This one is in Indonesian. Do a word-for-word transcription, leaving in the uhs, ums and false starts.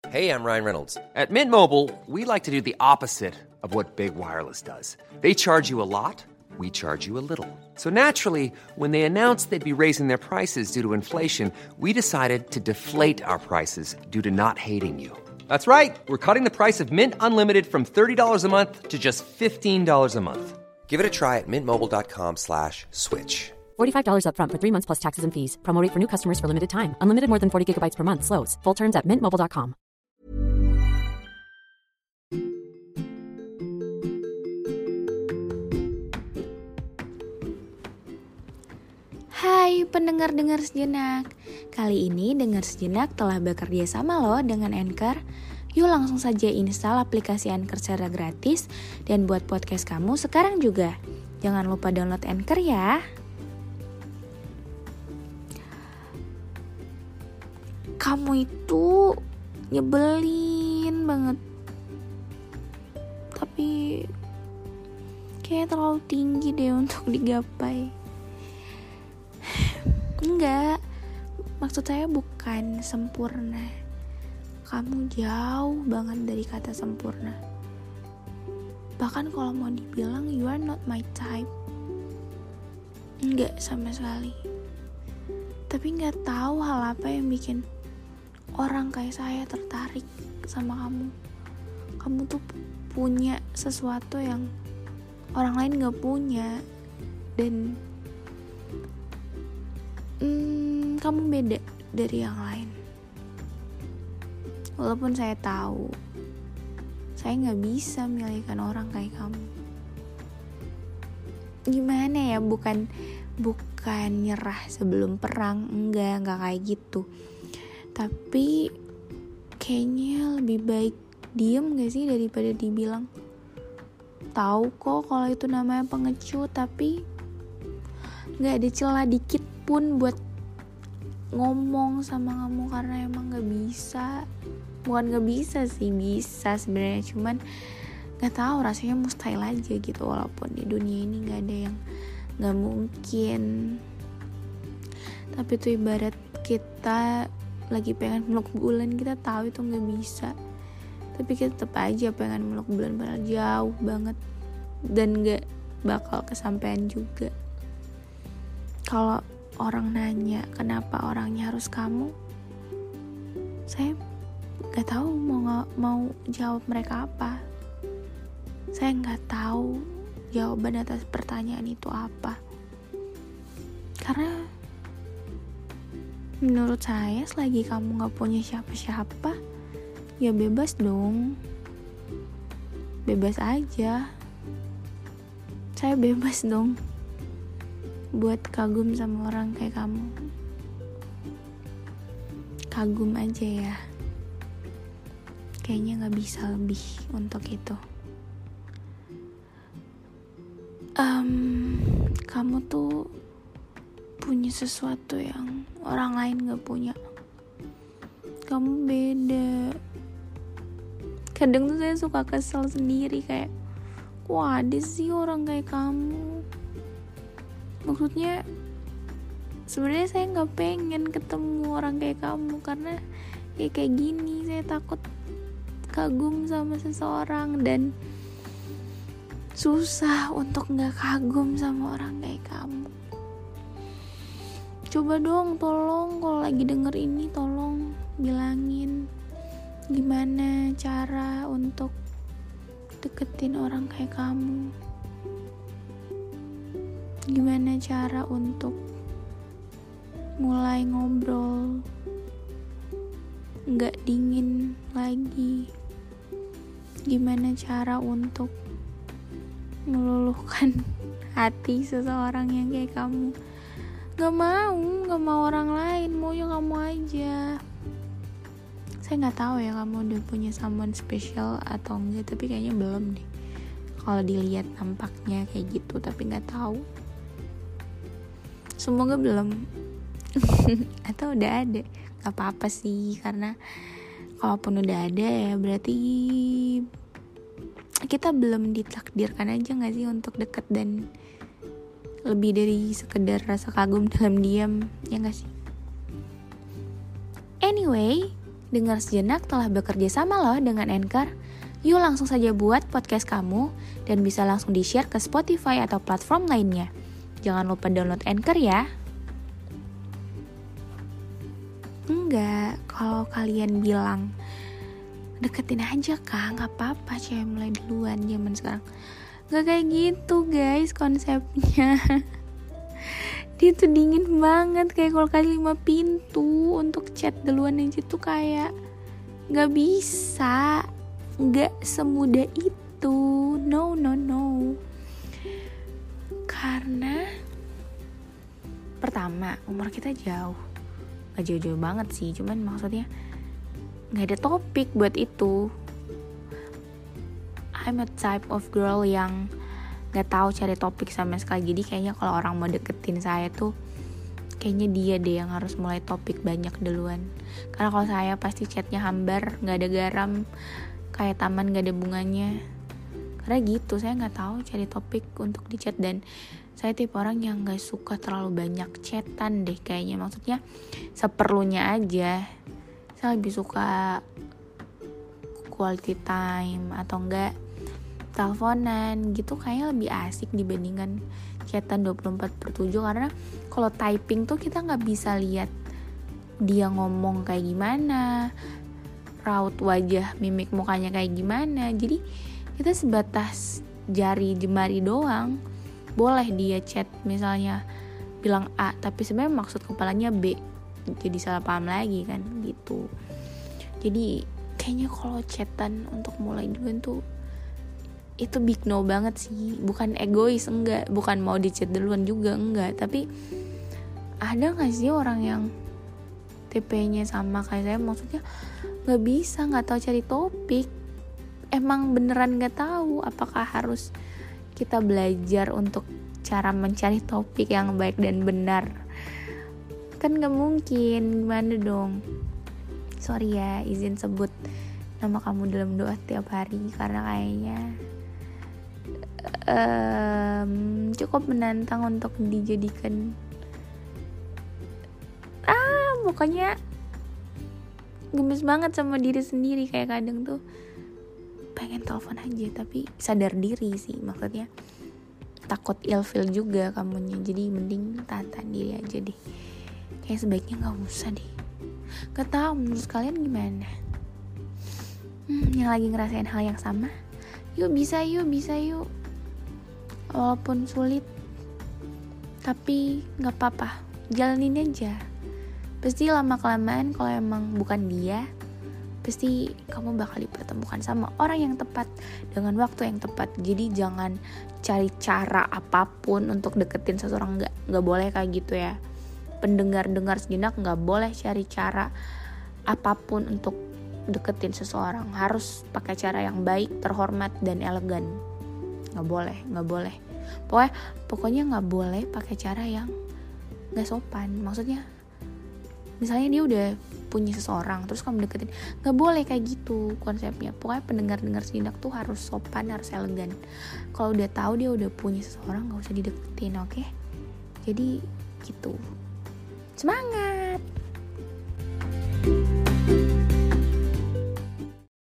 Hey, I'm Ryan Reynolds. At Mint Mobile, we like to do the opposite of what Big Wireless does. They charge you a lot, we charge you a little. So naturally, when they announced they'd be raising their prices due to inflation, we decided to deflate our prices due to not hating you. That's right. We're cutting the price of Mint Unlimited from thirty dollars a month to just fifteen dollars a month. Give it a try at mintmobile.com slash switch. forty-five dollars up front for three months plus taxes and fees. Promo rate for new customers for limited time. Unlimited more than forty gigabytes per month. Slows full terms at mint mobile dot com. Hai pendengar-dengar sejenak. Kali ini Dengar Sejenak telah bekerja sama loh dengan Anchor. Yuk langsung saja install aplikasi Anchor secara gratis dan buat podcast kamu sekarang juga. Jangan lupa download Anchor ya. Kamu itu nyebelin banget. Tapi kayak terlalu tinggi deh untuk digapai. Enggak, maksud saya bukan sempurna. Kamu jauh banget dari kata sempurna. Bahkan kalau mau dibilang you are not my type. Enggak sama sekali. Tapi gak tahu hal apa yang bikin orang kayak saya tertarik sama kamu. Kamu tuh punya sesuatu yang orang lain gak punya. Dan Hmm, kamu beda dari yang lain. Walaupun saya tahu saya gak bisa milihkan orang kayak kamu. Gimana ya, bukan Bukan nyerah sebelum perang. Enggak, enggak kayak gitu. Tapi kayaknya lebih baik diem gak sih daripada dibilang. Tahu kok kalau itu namanya pengecut, tapi gak ada celah dikit pun buat ngomong sama kamu karena emang gak bisa. Bukan gak bisa sih, bisa sebenarnya, cuman gak tahu, rasanya mustahil aja gitu. Walaupun di dunia ini gak ada yang gak mungkin. Tapi tuh ibarat kita lagi pengen meluk bulan, kita tahu itu gak bisa, tapi kita tetap aja pengen meluk bulan padahal jauh banget dan gak bakal kesampaian juga. Kalau orang nanya kenapa orangnya harus kamu, saya gak tahu mau mau jawab mereka apa. Saya gak tahu jawaban atas pertanyaan itu apa. Karena menurut saya selagi kamu gak punya siapa-siapa, ya bebas dong. Bebas aja. Saya bebas dong buat kagum sama orang kayak kamu. Kagum aja ya. Kayaknya gak bisa lebih untuk itu. um, Kamu tuh punya sesuatu yang orang lain gak punya. Kamu beda. Kadang tuh saya suka kesel sendiri, kayak kok ada sih orang kayak kamu. Maksudnya sebenarnya saya gak pengen ketemu orang kayak kamu, karena ya kayak gini, saya takut kagum sama seseorang dan susah untuk gak kagum sama orang kayak kamu. Coba dong, tolong kalau lagi denger ini, tolong bilangin gimana cara untuk deketin orang kayak kamu. Gimana cara untuk mulai ngobrol gak dingin lagi. Gimana cara untuk meluluhkan hati seseorang yang kayak kamu. Gak mau, gak mau orang lain, maunya kamu aja. Saya gak tahu ya kamu udah punya someone special atau enggak, tapi kayaknya belum deh. Kalau dilihat nampaknya kayak gitu, tapi gak tahu. Semoga belum. Atau udah ada. Gak apa-apa sih, karena kalaupun udah ada ya berarti kita belum ditakdirkan aja gak sih untuk deket dan lebih dari sekedar rasa kagum dalam diam, ya gak sih? Anyway, Dengar Sejenak telah bekerja sama loh dengan Anchor. Yuk langsung saja buat podcast kamu dan bisa langsung di-share ke Spotify atau platform lainnya. Jangan lupa download Anchor ya. Enggak, kalau kalian bilang deketin aja kak, gak apa-apa cewek mulai duluan zaman sekarang. Gak kayak gitu guys konsepnya. Dia tuh dingin banget, kayak kulkas lima pintu. Untuk chat duluan aja tuh kayak gak bisa, gak semudah itu. No no no. Karena pertama umur kita jauh, gak jauh-jauh banget sih, cuman maksudnya gak ada topik buat itu. I'm a type of girl yang gak tahu cari topik sama sekali. Jadi kayaknya kalau orang mau deketin saya tuh kayaknya dia deh yang harus mulai topik banyak duluan. Karena kalau saya pasti chatnya hambar, gak ada garam, kayak taman gak ada bunganya. Karena gitu, saya gak tahu cari topik untuk di chat. Dan saya tipe orang yang gak suka terlalu banyak chatan deh kayaknya. Maksudnya seperlunya aja. Saya lebih suka quality time atau enggak teleponan gitu, kayaknya lebih asik dibandingkan chatan dua puluh empat per tujuh. Karena kalau typing tuh kita gak bisa lihat dia ngomong kayak gimana, raut wajah, mimik mukanya kayak gimana. Jadi kita sebatas jari jemari doang. Boleh dia chat misalnya bilang A tapi sebenarnya maksud kepalanya B, jadi salah paham lagi kan gitu. Jadi kayaknya kalau chatan untuk mulai duluan tuh itu big no banget sih. Bukan egois, enggak, bukan mau di chat duluan juga, enggak. Tapi ada gak sih orang yang tipenya sama kayak saya, maksudnya gak bisa, gak tahu cari topik. Emang beneran gak tahu apakah harus kita belajar untuk cara mencari topik yang baik dan benar. Kan gak mungkin, gimana dong. Sorry ya, izin sebut nama kamu dalam doa tiap hari, karena kayaknya um, cukup menantang untuk dijadikan ah pokoknya gemes banget sama diri sendiri. Kayak kadang tuh pengen telepon aja tapi sadar diri sih, maksudnya takut ilfeel juga kamunya. Jadi mending tahan diri aja deh, kayak sebaiknya gak usah deh. Gak tau menurut kalian gimana? Hmm, yang lagi ngerasain hal yang sama, yuk bisa yuk bisa yuk walaupun sulit, tapi gak apa-apa, jalanin aja. Pasti lama kelamaan kalau emang bukan dia, pasti kamu bakal dipertemukan sama orang yang tepat dengan waktu yang tepat. Jadi jangan cari cara apapun untuk deketin seseorang, gak, gak boleh kayak gitu ya. Pendengar-dengar Sejenak gak boleh cari cara apapun untuk deketin seseorang. Harus pakai cara yang baik, terhormat, dan elegan. Gak boleh, gak boleh. Pokoknya, pokoknya gak boleh pakai cara yang gak sopan. Maksudnya, misalnya dia udah punya seseorang, terus kamu deketin, gak boleh kayak gitu konsepnya. Pokoknya pendengar-dengar Sejenak tuh harus sopan, harus elegan. Kalau udah tahu dia udah punya seseorang, gak usah dideketin, oke? Okay? Jadi, gitu. Semangat!